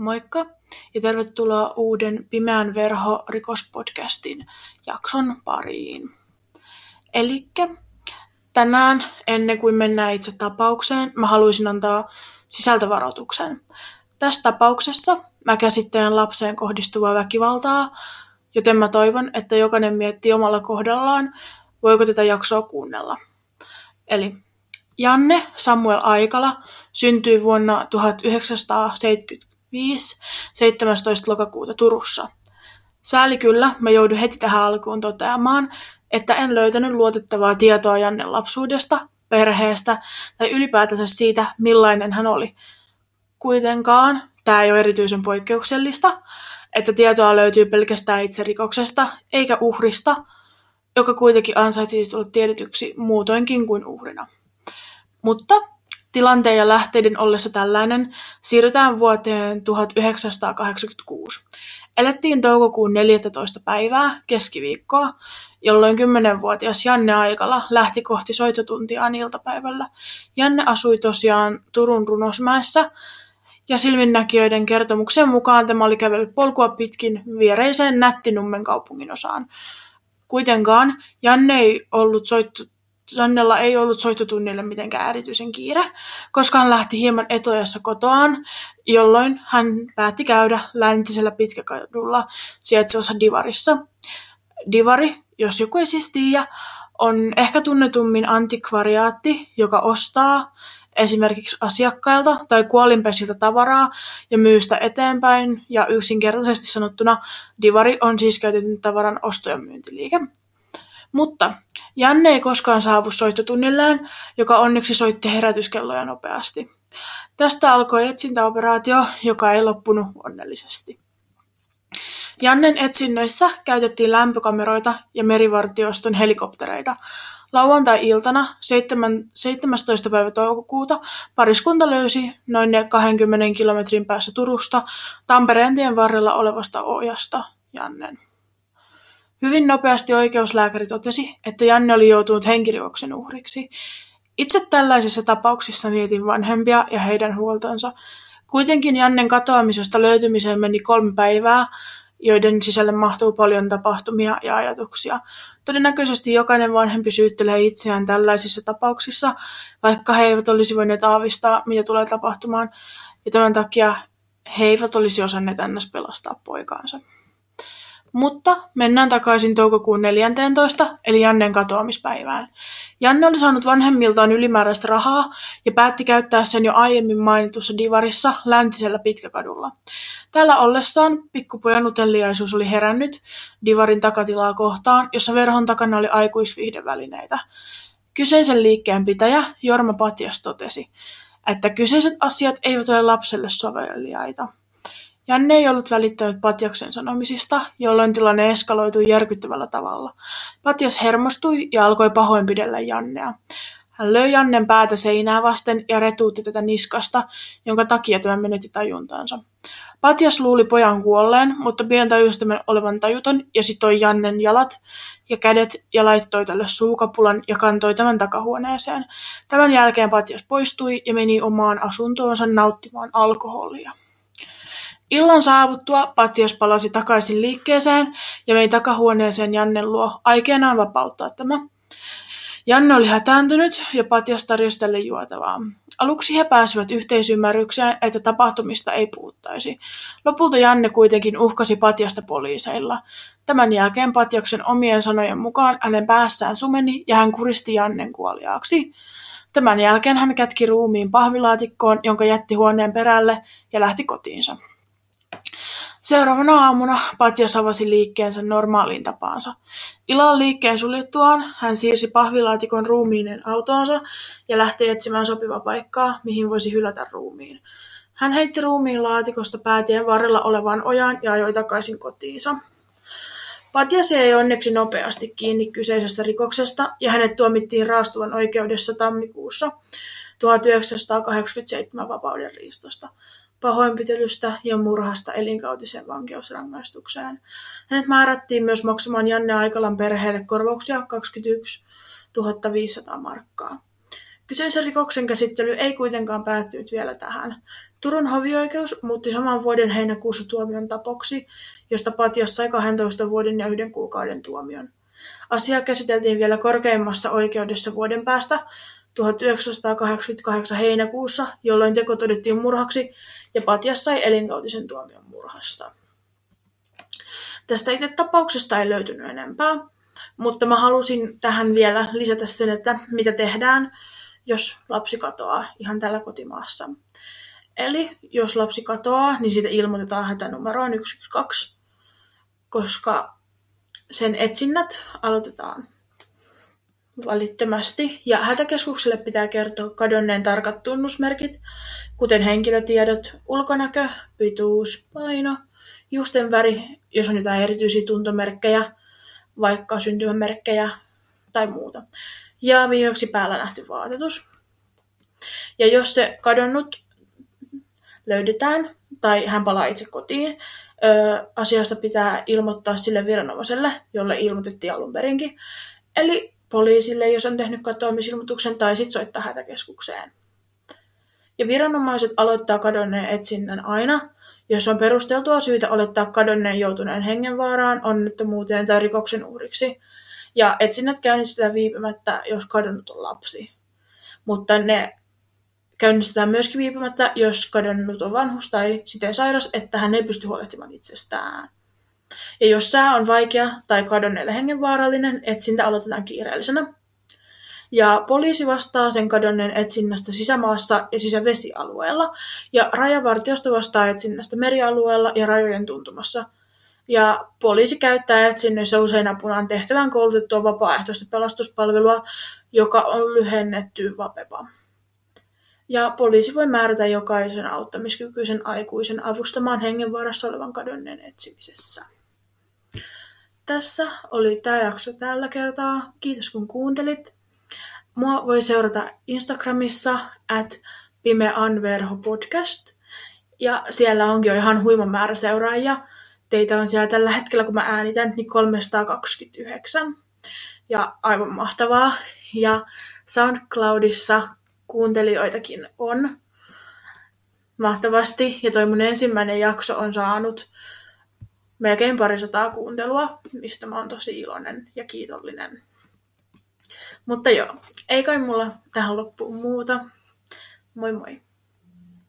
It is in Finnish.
Moikka ja tervetuloa uuden Pimeän verho rikospodcastin jakson pariin. Elikkä tänään, ennen kuin mennään itse tapaukseen, mä haluaisin antaa sisältövaroituksen. Tässä tapauksessa mä käsittelen lapseen kohdistuvaa väkivaltaa, joten mä toivon, että jokainen miettii omalla kohdallaan, voiko tätä jaksoa kuunnella. Eli Janne Samuel Aikala syntyi vuonna 1975, 17. lokakuuta Turussa. Sääli kyllä, mä joudun heti tähän alkuun toteamaan, että en löytänyt luotettavaa tietoa Jannen lapsuudesta, perheestä tai ylipäätänsä siitä, millainen hän oli. Kuitenkaan tämä ei ole erityisen poikkeuksellista, että tietoa löytyy pelkästään itse rikoksesta, eikä uhrista, joka kuitenkin ansaitsisi tulla tiedetyksi muutoinkin kuin uhrina. Mutta tilanteen ja lähteiden ollessa tällainen siirrytään vuoteen 1986. Elettiin toukokuun 14. päivää, keskiviikkoa, jolloin 10-vuotias Janne Aikala lähti kohti soittotuntiaan iltapäivällä. Janne asui tosiaan Turun Runosmäessä, ja silminnäkijöiden kertomuksen mukaan tämä oli kävellyt polkua pitkin viereiseen Nättinummen kaupunginosaan. Kuitenkaan Jannella ei ollut soittotunnille mitenkään erityisen kiire, koska hän lähti hieman etuajassa kotoaan, jolloin hän päätti käydä läntisellä Pitkäkadulla sijaitsevassa Divarissa. Divari, jos joku ei siis tiedä, on ehkä tunnetummin antikvariaatti, joka ostaa esimerkiksi asiakkailta tai kuolinpesiltä tavaraa ja myy sitä eteenpäin, ja yksinkertaisesti sanottuna Divari on siis käytetyn tavaran osto- ja myyntiliike. Mutta Janne ei koskaan saavu soittotunnilleen, joka onneksi soitti herätyskelloja nopeasti. Tästä alkoi etsintäoperaatio, joka ei loppunut onnellisesti. Jannen etsinnöissä käytettiin lämpökameroita ja merivartioston helikoptereita. Lauantai-iltana 17. päivä toukokuuta pariskunta löysi noin 20 kilometrin päässä Turusta Tampereen tien varrella olevasta ojasta Jannen. Hyvin nopeasti oikeuslääkäri totesi, että Janne oli joutunut henkirikoksen uhriksi. Itse tällaisissa tapauksissa mietin vanhempia ja heidän huoltansa. Kuitenkin Jannen katoamisesta löytymiseen meni 3 päivää, joiden sisälle mahtuu paljon tapahtumia ja ajatuksia. Todennäköisesti jokainen vanhempi syyttelee itseään tällaisissa tapauksissa, vaikka he eivät olisi voineet aavistaa, mitä tulee tapahtumaan, ja tämän takia he eivät olisi osanneet ennäs pelastaa poikaansa. Mutta mennään takaisin toukokuun 14. eli Jannen katoamispäivään. Janne oli saanut vanhemmiltaan ylimääräistä rahaa ja päätti käyttää sen jo aiemmin mainitussa Divarissa läntisellä Pitkäkadulla. Täällä ollessaan pikkupojan uteliaisuus oli herännyt Divarin takatilaa kohtaan, jossa verhon takana oli aikuisviihdevälineitä. Kyseisen liikkeen pitäjä Jorma Patjas totesi, että kyseiset asiat eivät ole lapselle soveliaita. Janne ei ollut välittänyt Patjaksen sanomisista, jolloin tilanne eskaloitui järkyttävällä tavalla. Patjas hermostui ja alkoi pahoinpidellä Jannea. Hän löi Jannen päätä seinää vasten ja retuutti tätä niskasta, jonka takia tämä menetti tajuntaansa. Patjas luuli pojan kuolleen, mutta pian tajusi tämän olevan tajuton ja sitoi Jannen jalat ja kädet ja laittoi tälle suukapulan ja kantoi tämän takahuoneeseen. Tämän jälkeen Patjas poistui ja meni omaan asuntoonsa nauttimaan alkoholia. Illan saavuttua Patjas palasi takaisin liikkeeseen ja vei takahuoneeseen Jannen luo aikeenaan vapauttaa tämä. Janne oli hätääntynyt ja Patjas tarjosi tälle juotavaa. Aluksi he pääsivät yhteisymmärrykseen, että tapahtumista ei puhuttaisi. Lopulta Janne kuitenkin uhkasi Patjasta poliiseilla. Tämän jälkeen Patjaksen omien sanojen mukaan hänen päässään sumeni ja hän kuristi Jannen kuoliaaksi. Tämän jälkeen hän kätki ruumiin pahvilaatikkoon, jonka jätti huoneen perälle ja lähti kotiinsa. Seuraavana aamuna Patjas avasi liikkeensä normaaliin tapaansa. Illalla liikkeen suljettuaan hän siirsi pahvilaatikon ruumiinen autoonsa ja lähti etsimään sopivaa paikkaa, mihin voisi hylätä ruumiin. Hän heitti ruumiin laatikosta päätien varrella olevaan ojaan ja ajoi takaisin kotiinsa. Patjas jäi onneksi nopeasti kiinni kyseisestä rikoksesta ja hänet tuomittiin Raastuvan oikeudessa tammikuussa 1987 vapaudenriistosta, pahoinpitelystä ja murhasta elinkautiseen vankeusrangaistukseen. Hänet määrättiin myös maksamaan Janne Aikalan perheelle korvauksia 21 500 markkaa. Kyseisen rikoksen käsittely ei kuitenkaan päättynyt vielä tähän. Turun hovioikeus muutti saman vuoden heinäkuussa tuomion tapoksi, josta Patjas sai 12 vuoden ja 1 kuukauden tuomion. Asia käsiteltiin vielä korkeimmassa oikeudessa vuoden päästä 1988 heinäkuussa, jolloin teko todettiin murhaksi ja Patjas sai elinkautisen tuomion murhasta. Tästä itse tapauksesta ei löytynyt enempää, mutta mä halusin tähän vielä lisätä sen, että mitä tehdään, jos lapsi katoaa ihan tällä kotimaassa. Eli jos lapsi katoaa, niin siitä ilmoitetaan hätänumeroon 112, koska sen etsinnät aloitetaan välittömästi. Ja hätäkeskukselle pitää kertoa kadonneen tarkat tunnusmerkit, kuten henkilötiedot, ulkonäkö, pituus, paino, juusten väri, jos on jotain erityisiä tuntomerkkejä, vaikka syntymämerkkejä tai muuta. Ja viimeksi päällä nähty vaatetus. Ja jos se kadonnut löydetään tai hän palaa itse kotiin, asiasta pitää ilmoittaa sille viranomaiselle, jolle ilmoitettiin alun perinkin. Eli poliisille, jos on tehnyt katoamisilmoituksen, tai sitten soittaa hätäkeskukseen. Ja viranomaiset aloittaa kadonneen etsinnän aina, jos on perusteltua syytä olettaa kadonneen joutuneen hengenvaaraan, onnettomuuteen tai rikoksen uhriksi. Ja etsinnät käynnistetään viipymättä, jos kadonnut on lapsi. Mutta ne käynnistetään myöskin viipymättä, jos kadonnut on vanhus tai siten sairas, että hän ei pysty huolehtimaan itsestään. Ja jos sää on vaikea tai kadonneelle hengenvaarallinen, etsintä aloitetaan kiireellisenä. Ja poliisi vastaa sen kadonneen etsinnästä sisämaassa ja sisävesialueella, ja rajavartiosto vastaa etsinnästä merialueella ja rajojen tuntumassa. Ja poliisi käyttää etsinnöissä usein apunaan tehtävään koulutettua vapaaehtoista pelastuspalvelua, joka on lyhennetty VAPEPA. Ja poliisi voi määrätä jokaisen auttamiskykyisen aikuisen avustamaan hengenvaarassa olevan kadonneen etsimisessä. Tässä oli tämä jakso tällä kertaa. Kiitos kun kuuntelit. Mua voi seurata Instagramissa @pimeanverhopodcast. Ja siellä onkin jo ihan huima määrä seuraajia. Teitä on siellä tällä hetkellä, kun mä äänitän, niin 329. Ja aivan mahtavaa. Ja SoundCloudissa kuuntelijoitakin on mahtavasti. Ja toi mun ensimmäinen jakso on saanut melkein 200 kuuntelua, mistä mä oon tosi iloinen ja kiitollinen. Mutta joo, ei kai mulla tähän loppuun muuta. Moi moi!